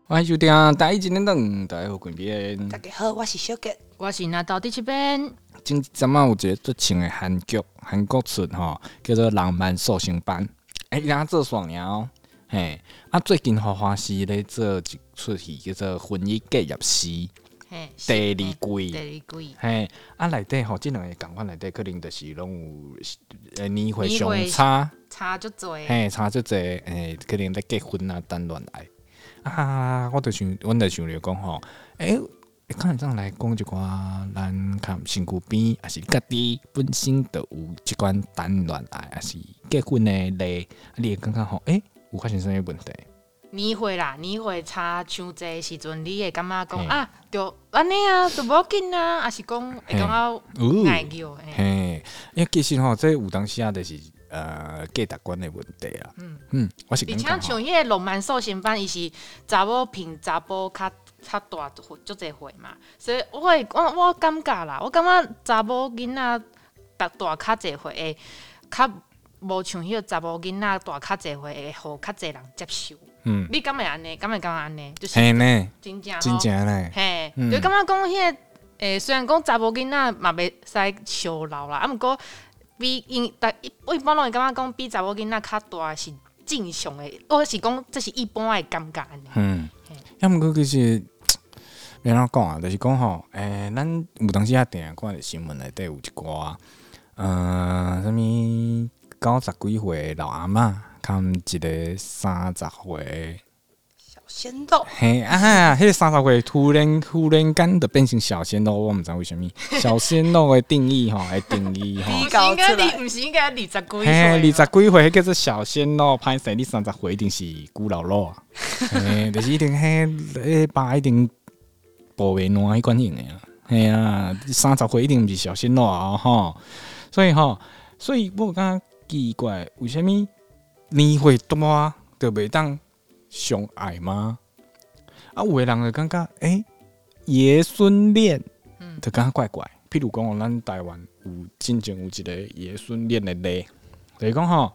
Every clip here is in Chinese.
欢迎收听第一集等，大家好，贵边。 大家好，我是小杰， 我是拿到第七边。 前阵仔有一个最新的韩国出吼，叫做《浪漫寿星班》。人做爽了嘿。最近花师咧做一出戏叫做《婚姻结业师》第二季。嘿，内底吼，即两个共款内底可能就是拢有年岁上差足多。 嘿，差足多。可能咧结婚啊，谈恋爱。阮就想着讲吼，可能咱来讲一寡咱看身躯边，还是家己本身就有即款谈恋爱，还是结婚的例，你会感觉吼，有发生啥物问题？ 年岁差伤济时阵，你会感觉讲就安尼啊，就无要紧啊，还是讲会感觉碍叫嘿，因为其实吼，这有当时就是价值观的问题啦。我是感觉。 而且像迄个浪漫寿星班，伊是查某骗查甫较大足侪岁嘛，所以我感觉啦，我感觉查某囡仔大较侪岁会较无像迄个查某囡仔大较侪岁会互较侪人接受。你敢会安尼？敢会感觉安尼？就是嘿呢， 真正呢。 嘿，就感觉讲迄个虽然讲查某囡仔嘛袂使烧老啦，毋过比一般拢会感觉讲比查某囡仔较大是正常的，我是讲这是一般的感觉安尼。 要毋过其实要怎讲啊？就是讲吼，咱有当时定看着新闻内底有一寡啥物90几岁的老阿嬷，含一个30岁小鲜肉。 嘿迄个30岁突然间就变成小鲜肉，我毋知为虾米。小鲜肉的定义吼， 毋是应该20几岁？ 嘿，20几岁迄叫做小鲜肉，歹势你30岁一定是古老肉啊。就是一定迄疤一定保袂烂迄款型的啊。嘿啊，30岁一定毋是小鲜肉啊吼。所以我感觉奇怪，为虾米年岁大就袂当相爱吗？有个人就感觉爷孙恋，就感觉怪怪。譬如讲，咱台湾真正有一个爷孙恋的例，就是讲吼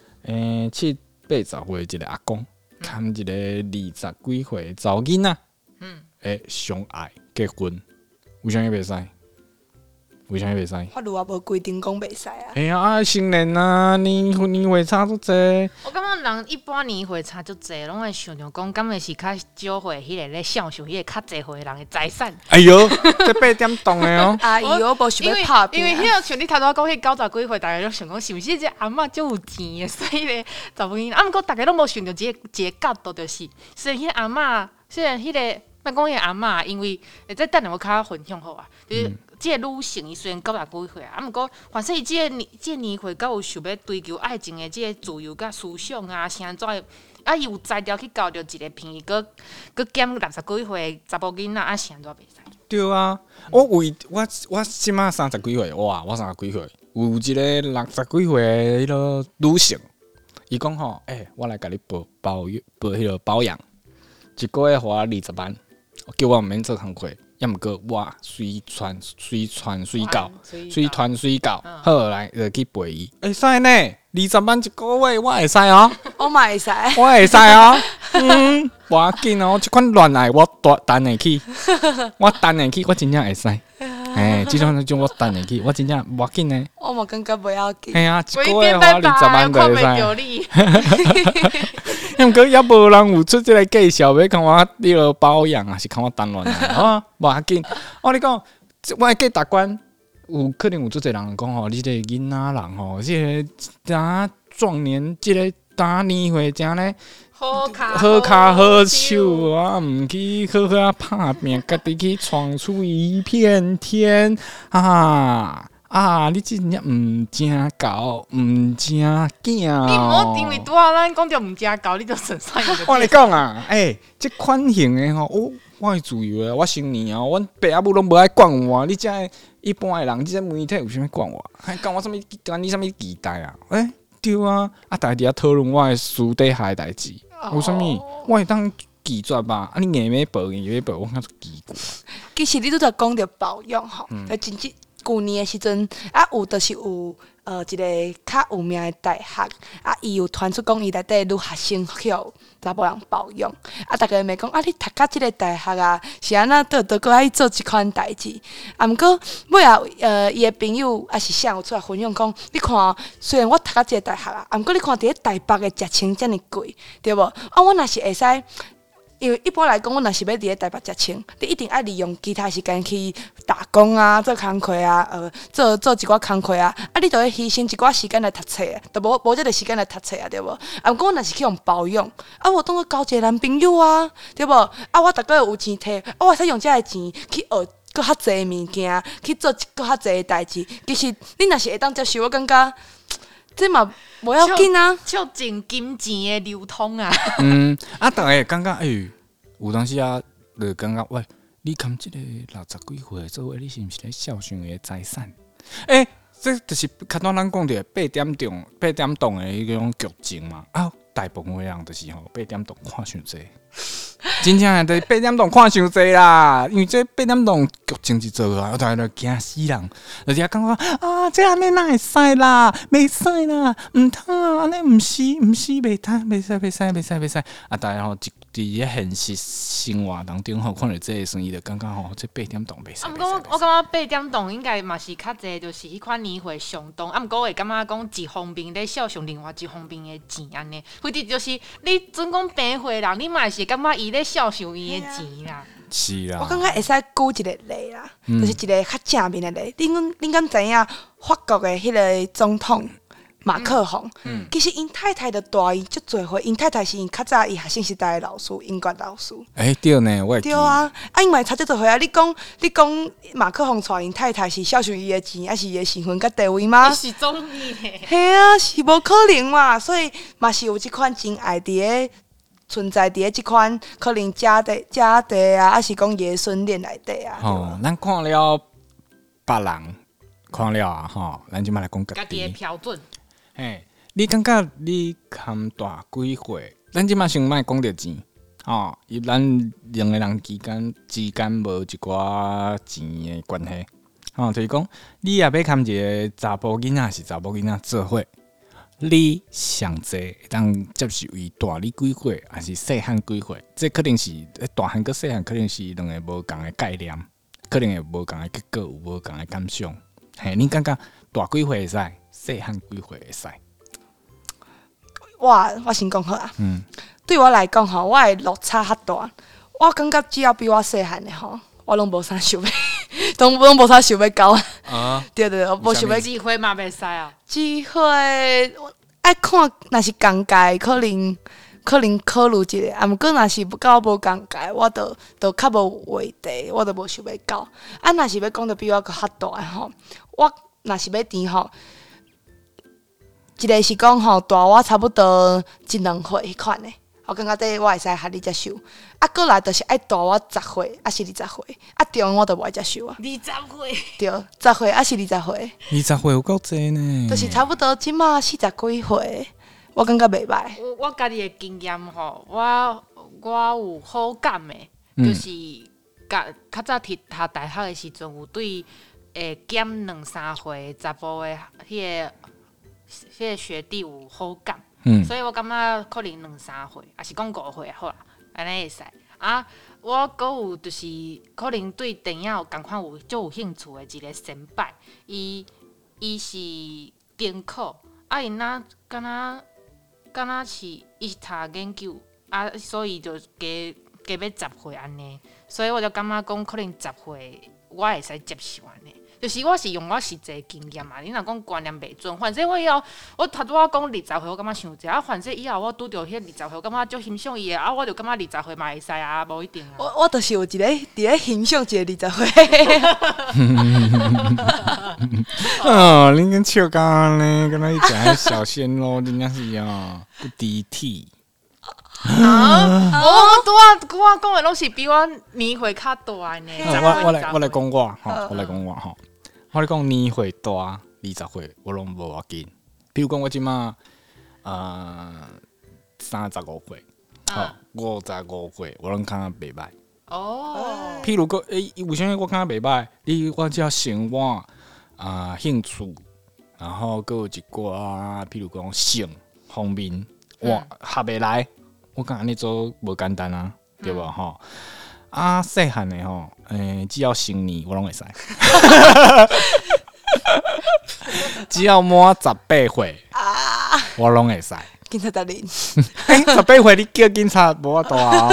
，70、80岁一个阿公，含一个20几岁的查某囡仔，相爱结婚，为啥物袂使？ 法律也无规定讲袂使啊。成年啊，年岁差足济。 我感觉人一般年岁差足济，拢会想着讲，敢会是较少岁迄个咧享受迄个较济岁人的财产。 哎呦，这8点档的哦。 阿姨，我无想要拍拼。 因为迄个像你头拄讲迄90几岁，大家都想讲是毋是这阿嬷足有钱的，所以咧查某囡仔。毋过大家拢无想着一个角度，就是虽然迄阿嬷，虽然迄个莫讲迄阿嬷，因为再等下我较分享好啊，就是。即个女性伊虽然90几岁啊，毋过反正伊即个年岁，敢有想要追求爱情的即个自由甲思想啊，是安怎的？伊有才调去交着一个便宜，佮减60几岁的查某囡仔，是安怎袂使？ 对啊，我即马30几岁，哇，我30几岁，有一个60几岁的迄个女性，伊讲吼，我来甲你迄个保养，一个月花20万，叫我毋免做工课。要毋过我随传随到，好来就去陪伊。会使呢，20万一个月我会使哦。 我嘛会使， 我会使哦。无要紧哦，即款恋爱我担会起，我真正会使。即种我担会起，我真正无要紧呢。 我嘛感觉不要紧。 嘿啊，一个月花20万就会使。毋过也无人有出即个介绍，要甲我你落保养啊，是甲我谈恋爱无要紧。我你讲，我的价值观有可能有足侪人讲吼，你这个囡仔人吼，即个当壮年，即个当年岁正咧好骹好手啊，毋去好好拍拼，家己去闯出一片天你真正毋正狗，毋正囝。你毋好因为拄仔咱讲着毋正狗，你就顺甩个。 我跟你讲啊，即款型的吼，我会自由的，我成年啊，阮爸阿母拢无爱管我。你这一般的人，即媒体有啥物管我？还管我管你啥物期待啊？对啊，大家伫遐讨论我的私底下的代志，有啥物？我会当拒绝吧？你硬要报，我感觉奇怪。 其实你拄则讲着保养吼，真正。 旧年的时阵，有就是有一个较有名的大学，伊有传出讲伊内底女学生去查某人包养，逐个咪讲你读到即个大学是安怎倒过来做即款代志？毋过尾伊的朋友也是啥有出来分享讲，你看虽然我读到即个大学毋过你看伫咧台北的食穿遮尔贵，对无？我若是会使。因为一般来讲，我若是要伫咧台北食穿，你一定爱利用其他时间去打工做工课做一寡工课你就要牺牲一寡时间来读册就无这个时间来读册对无？毋过我若是去用包养我当作交一个男朋友对无？我逐个月有钱摕我会使用这个钱去学搁较济物件，去做搁较济代志。其实你若是会当接受，我感觉这嘛无要紧就真金钱的流通大家感觉有当时就感觉喂，你含即个60几岁做伙，你是毋是咧孝顺伊的财产？这就是较早咱讲着8点档的迄种剧情嘛。大部分的人就是8点档看伤济。真正的8点档看伤济啦，因为这8点档剧情一做啊，大家就惊死人，就是讲这安尼哪会使啦，袂使啦，毋通安尼毋是，袂使。大家伫咧现实生活当中看到这个生意就感觉这8点档袂使。 毋过我感觉8点档应该嘛是较济，就是迄款年岁上档。毋过会感觉讲一方面咧孝顺另外一方面的钱安尼，或者就是你准讲平岁人，你嘛是感觉伊咧孝顺伊的钱啦。 是啦。 我感觉会使举一个例啦，就是一个较正面的例。恁敢知影法国的迄个总统？马克宏，其实因太太就大伊足侪岁，因太太是因较早伊学生时代的老师，音乐老师。 对呢，我会记。 对因嘛差足侪岁你讲马克宏带因太太是孝顺伊的钱，还是伊的身份甲地位吗？ 是总理嘞。 是无可能嘛，所以嘛是有即款真爱伫咧存在伫咧即款可能家庭还是讲爷孙恋内底咱看了别人，看了咱即摆来讲家己的标准。 你感觉你含大几岁？咱即摆先莫讲着钱，伊咱两个人之间无一寡钱的关系，就是讲你也要含一个查甫囡仔是查甫囡仔做伙，你上济会当接受伊大你几岁，还是细汉几岁？这可能是大汉跟细汉可能是两个无共的概念，可能会无共的结果，有无共的感想。你感觉大几岁会使？细汉几岁会使？ 我先讲好对我来讲我的落差较大。我感觉只要比我细汉的我拢无啥想要，拢无啥想要交对，我无想要。 机会嘛袂使机会爱看，若是同届可能考虑一下，毋过若是到无同届，我就较无话题，我就无想要交。若是要讲到比我较大的我若是要甜一个是讲大我差不多1-2岁迄款的，我感觉这我会使合理接受。过来就是爱大我10岁，还是20岁，中我就无爱接受 20岁。 对，10岁还是20岁。 20岁有够济呢。 就是差不多即马40几岁，我感觉袂歹。 我家己的经验我有好感的，就是较早读大学的时阵，有对会减2-3岁查甫的迄个学弟有好感，所以我感觉可能2-3岁，还是讲5岁好啦，安尼会使我阁有就是可能对电影有共款有兴趣的一个先辈，伊是电科因若敢若是伊是读研究所以就加要10岁安尼，所以我就感觉讲可能10岁我会使接受安尼。就是我是用我实际经验嘛，你若讲观念袂准，反正我头拄仔讲20岁，我感觉伤济反正以后我拄着迄20岁，我感觉足欣赏伊的我就感觉20岁嘛会使无一定我就是有一个伫咧欣赏一个20岁。 你跟笑干呢，跟他一讲小鲜肉，真正是不敌体。 我讲的拢是比我年岁较大呢。 我来讲我讲年岁大20岁，我拢无要紧。比如讲我即马35岁，55岁，我拢感觉袂歹。譬如讲为什么我感觉袂歹？我只要生活兴趣，然后佮有一寡，譬如讲性方面，哇合袂来，我感觉安尼做无简单啊，对无吼？细汉的吼，只要成年我拢会使，只要满18岁我拢会使。 警察在恁， 18岁你叫警察无法度啊！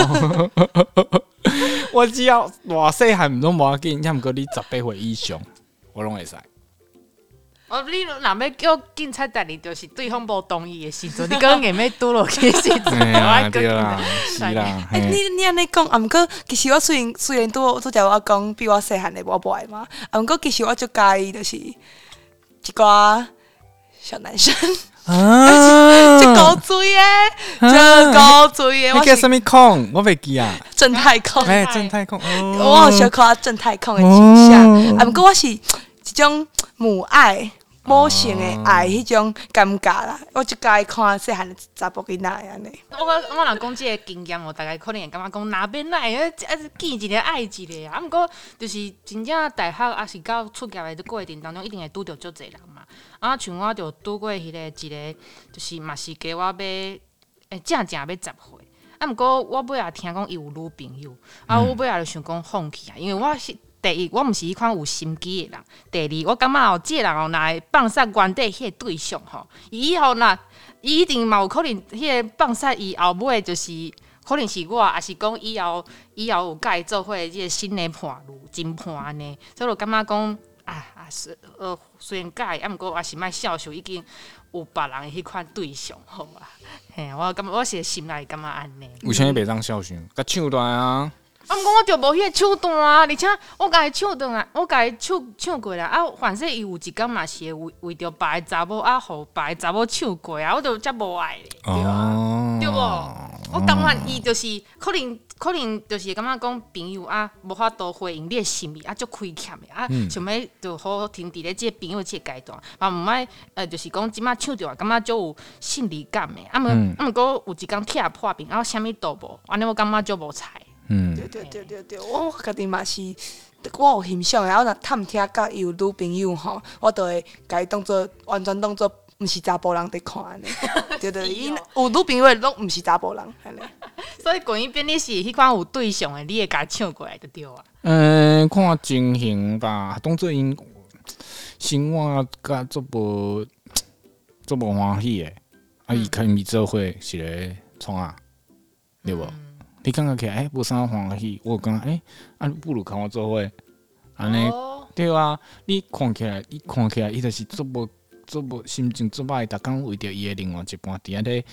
我只要偌细汉拢无要紧，要毋过你18岁以上，我拢会使。 你若要叫警察带你，就是对方无同意的时阵，你讲硬要拄落去的时阵， 对啦，是啦。 你安尼讲，毋过其实我虽然拄则我讲比我细汉的我无爱嘛，毋过其实我就介意就是一寡小男生。这高水诶，这高水诶， 你叫什么控？我袂记啊。 正太控， 正太控。 我好小看正太控的形象，毋过我是一种母爱、母性的爱，迄种感觉啦。我就介意看细汉的查甫囡仔安尼。 我若讲即个经验，我大概可能会感觉讲，哪边来见一个爱一个啊。毋过就是真正大学还是到出业的过程当中，一定会拄着足侪人嘛。像我就拄过迄个一个，就是嘛是加我要正要10岁。毋过我尾仔听讲伊有女朋友，我尾仔就想讲放弃啊，因为我是。第一，我毋是迄款有心机的人；第二，我感觉即个人若会放杀原底迄个对象吼，伊以后伊一定嘛有可能迄个放杀伊后尾就是可能是我，还是讲以后有甲伊做伙即个新的伴侣、真伴安尼，所以我感觉讲虽然介意，毋过还是莫笑受已经有别人的迄款对象好啊。嘿，我感觉我是心内感觉安尼。 为啥袂当笑想？甲唱段啊！ 毋过我就无迄个手段啊，而且我家己唱段啊，我家己唱过啦。反正伊有一工嘛是会为着别个查某互别个查某唱过啊，我就遮无爱咧，对啊，对无？我感觉伊就是可能就是感觉讲朋友无法度回应你的心意足亏欠的想要就好好停伫咧即个朋友即个阶段，嘛毋爱就是讲即摆唱着感觉足有信任感的，毋过有一工拆破冰，啥物都无，安尼我感觉足无彩。 对，我家己嘛是，我有欣赏的。我若探听甲伊有女朋友吼，我就会家己完全当做毋是查甫人伫看安尼。对，伊有女朋友的拢毋是查甫人安尼。 所以关于变你是迄款有对象的，你会甲唱过来就对啊。 看情形吧，当做因生活甲足无欢喜的，伊跟伊做伙是咧创啊，对无？你感觉起来无啥欢喜，我讲不如跟我做伙，安尼对啊。你看起来，伊就是足无心情足歹，逐工为着伊的另外一半伫咧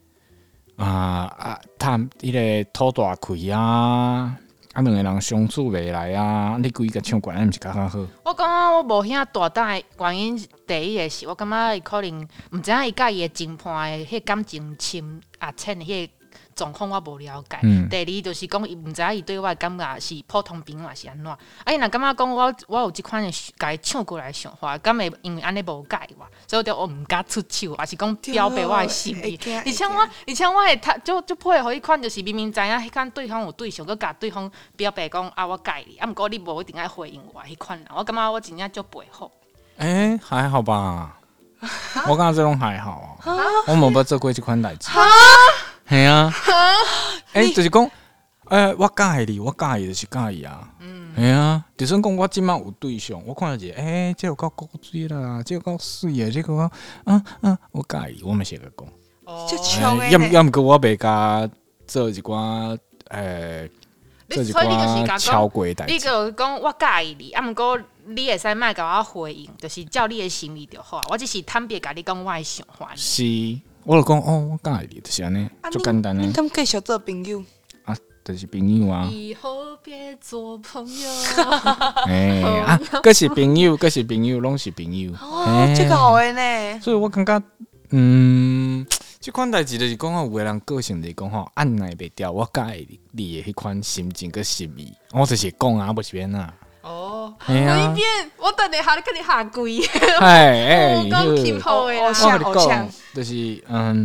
探迄个讨大气啊，两个人相处袂来啊，你故意甲唱歌，毋是较好？ 我感觉我无遐大胆的原因，第一个是我感觉伊可能毋知影伊甲伊的真伴的迄感情深浅的迄个状况我无了解。第二就是讲，伊毋知影伊对我的感觉是普通朋友还是安怎。伊若感觉讲我有即款的家己唱过来的想法，敢会因为安尼无介意我，所以我毋敢出手，还是讲表白我的心意。而且我会就配合迄款，就是明明知影迄款对方有对象，佮甲对方表白讲我介意你，毋过你无一定爱回应我迄款人，我感觉我真正足配合。 还好吧？我感觉这种还好啊，我无做过即款代志。系啊，就是讲，我介意你，我介意就是介意啊。系啊，就算讲我即摆有对象，我看到一个，这有够古锥啦，这有够水的，这个我介意，我嘛是会讲。 就穷的。 要毋过我袂甲做一寡做一寡超过代志。 你就讲我介意你，毋过你会使莫甲我回应，就是照你的心意就好。我只是坦白甲你讲我的想法。 是。我就讲我介意你，就是安尼，足简单诶。 你敢继续做朋友？ 就是朋友啊。 以后别做朋友。 佫是朋友，佫是朋友，拢是朋友。 这个好诶呢。 所以我感觉，即款代志就是讲有个人个性就是讲按捺袂掉我介意你的迄款心情佮心意，我就是讲啊，无是变啊。 我一边，我等下下跟你下跪。 我讲挺好诶， 我跟你讲，就是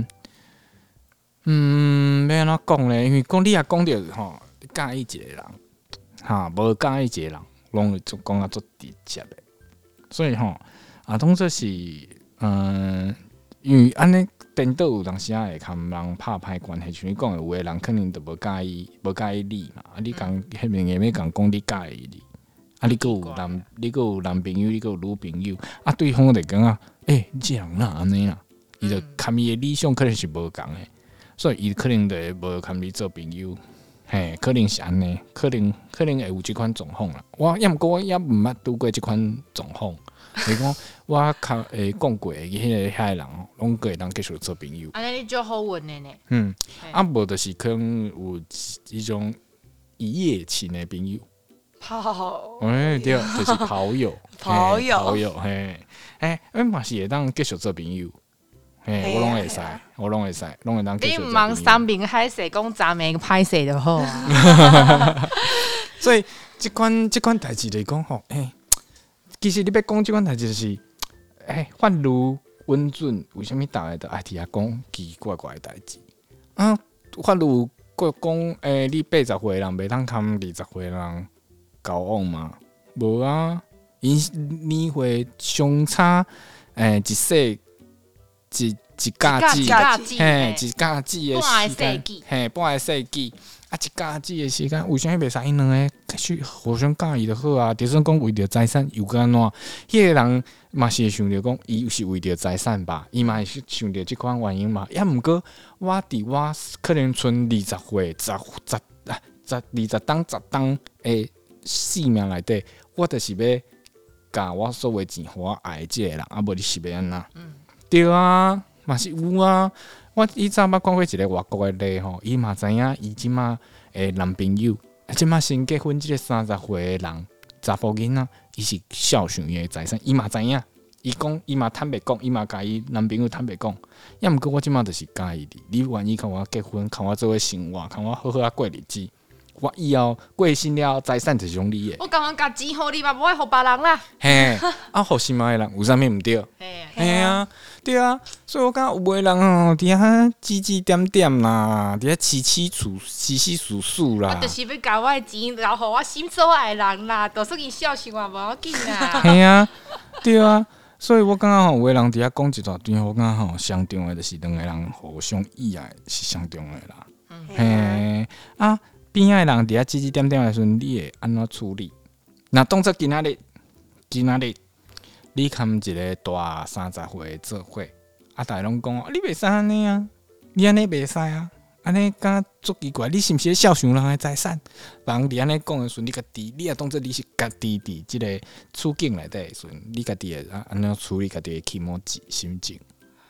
要安怎讲咧？因为讲你也讲着你介意一个人，无介意一个人，拢会讲足直接诶。 所以吼，当做是因为安尼颠倒有当时会甲人拍歹关系，像你讲的，有个人肯定就无介意你嘛。你讲迄面个要讲你介意你，你佫有男朋友，你佫有女朋友，对方就讲你这人哪安尼啦？伊就含伊的理想可能是无共的，所以伊可能就会无含你做朋友。嘿，可能是安尼，可能会有即款状况啦。毋过我也毋捌拄过即款状况。是讲我讲过的迄个人，拢个会当继续做朋友。 安尼你就好运的呢。 无就是可能有一种一夜情的朋友。对，就是跑友。跑友，嘛是会当继续做朋友。我拢会使，拢会当继续做朋友。 你忙三明海誓讲昨暝歹势就好啊。 所以即款代志来讲吼，其实你要讲即款代志就是，法律稳准，为什么大家都爱听讲奇怪怪的代志？法律讲，你80岁人袂当含20岁人交往嘛？无啊，因年岁相差，一世一家子，一家子的时间，半个世纪。一家子的时间，为啥物袂使因两个去互相介意就好啊？就算讲为着财产，又干怎？迄个人嘛是会想着讲，伊是为着财产吧？伊嘛是想着即款原因嘛？也毋过，我可能剩20岁、20当的性命内底，我就是要甲我所有钱互我爱即个人，无你是要安怎？对啊，嘛是有啊。我以前捌看过一个外国的例吼，伊嘛知影伊即马的男朋友，即马新结婚即个30岁的人，查甫囡仔，伊是孝顺伊的财产，伊嘛知影，伊讲伊嘛坦白讲，伊嘛甲伊男朋友坦白讲，也毋过我即马就是介意你愿意甲我结婚，甲我做伙生活，甲我好好过日子。我以后过身了，财产就是用你的。 我刚刚甲钱互你嘛，无爱互别人啦。 互心爱的人有啥物毋对？对啊，所以我感觉有的人吼，伫遐指点点啦，伫遐稀疏疏啦。 我就是要甲我的钱留互我心所爱的人啦，就算伊孝顺我无要紧啦。 对啊，所以我感觉吼，有的人伫遐讲一大堆，我感觉吼，上重要就是两个人互相意爱是上重要啦。边仔的人伫遐指点点的时阵，你会安怎处理？那当作今仔日。你含一个大30岁做伙，大家拢讲你袂使安尼啊，你安尼袂使啊，安尼敢足奇怪，你是毋是孝顺人的财产？人伫安尼讲的时阵，你家己，你也当作你是家己伫即个处境内底的时阵，你家己会安怎处理家己的起毛心情？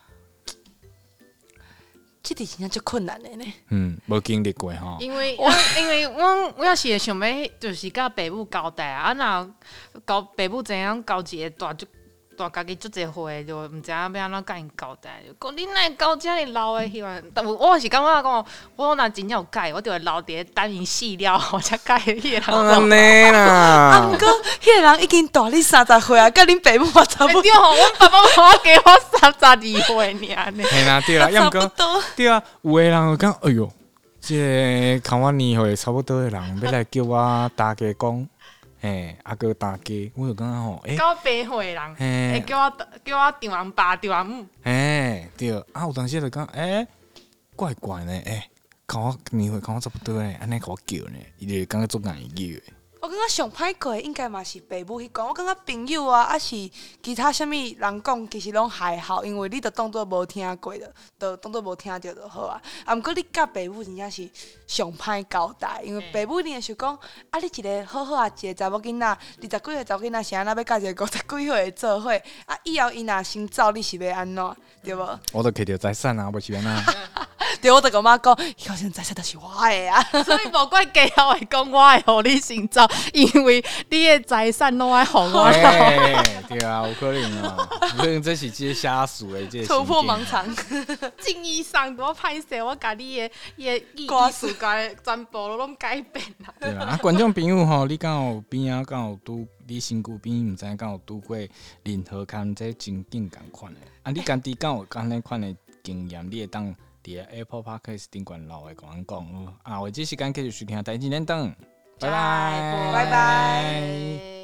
这题真正足困难的呢。 无经历过吼。 因为我也是会想要，就是甲爸母交代啊。若交爸母怎样交一个大家己足侪岁，就毋知影要安怎甲因交代。讲你哪会交遮尔老的迄款？但我是感觉讲，我若真正有改，我就会留伫等伊死了后才改迄个人。 安尼啦。 毋过迄个人已经大你30岁啊，甲恁爸母嘛差不多。 对吼，阮爸爸妈妈加我32岁尔呢。 嘿啦，对啦，差不多。对啊，有的人会讲，哎哟，即个看我年岁差不多的人，要来叫我大家讲。个大家，我就感觉吼， 甲我爸岁人，会叫我丈人爸、丈人母。 对，有当时就讲，怪怪呢，看我年岁，看我差不多呢，安尼甲我叫呢，伊就感觉足难叫的。 我感觉上歹过的应该嘛是爸母去讲，我感觉朋友啊，是其他啥物人讲，其实拢还好，因为你着当作无听过的，着当作无听着就好啊。毋过你甲爸母真正是上歹交代，因为爸母一定会想讲，你一个好好一个查某囡仔，20几岁查某囡仔是安怎要甲一个50几岁的做伙？以后伊若先走，你是要安怎？对无？ 我着摕着财产啊，无是安怎？ 对，我着甲妈讲，以后财产就是我的啊。 所以无怪家后会讲我会互你先走，因为你的财产拢爱互我。 对啊，有可能啊，有可能这是即个下属的即个突破盲肠。 正义上多歹势，我甲你的意思甲全部拢改变啦。 对啦，观众朋友吼，你敢有边啊？敢有拄你身躯边，毋知敢有拄过任何款这情景共款的？你家己敢有安尼款的经验？你会当伫 Apple Podcast 顶悬留的，甲阮讲。为这时间继续收听《台前联灯》，拜拜， 拜拜。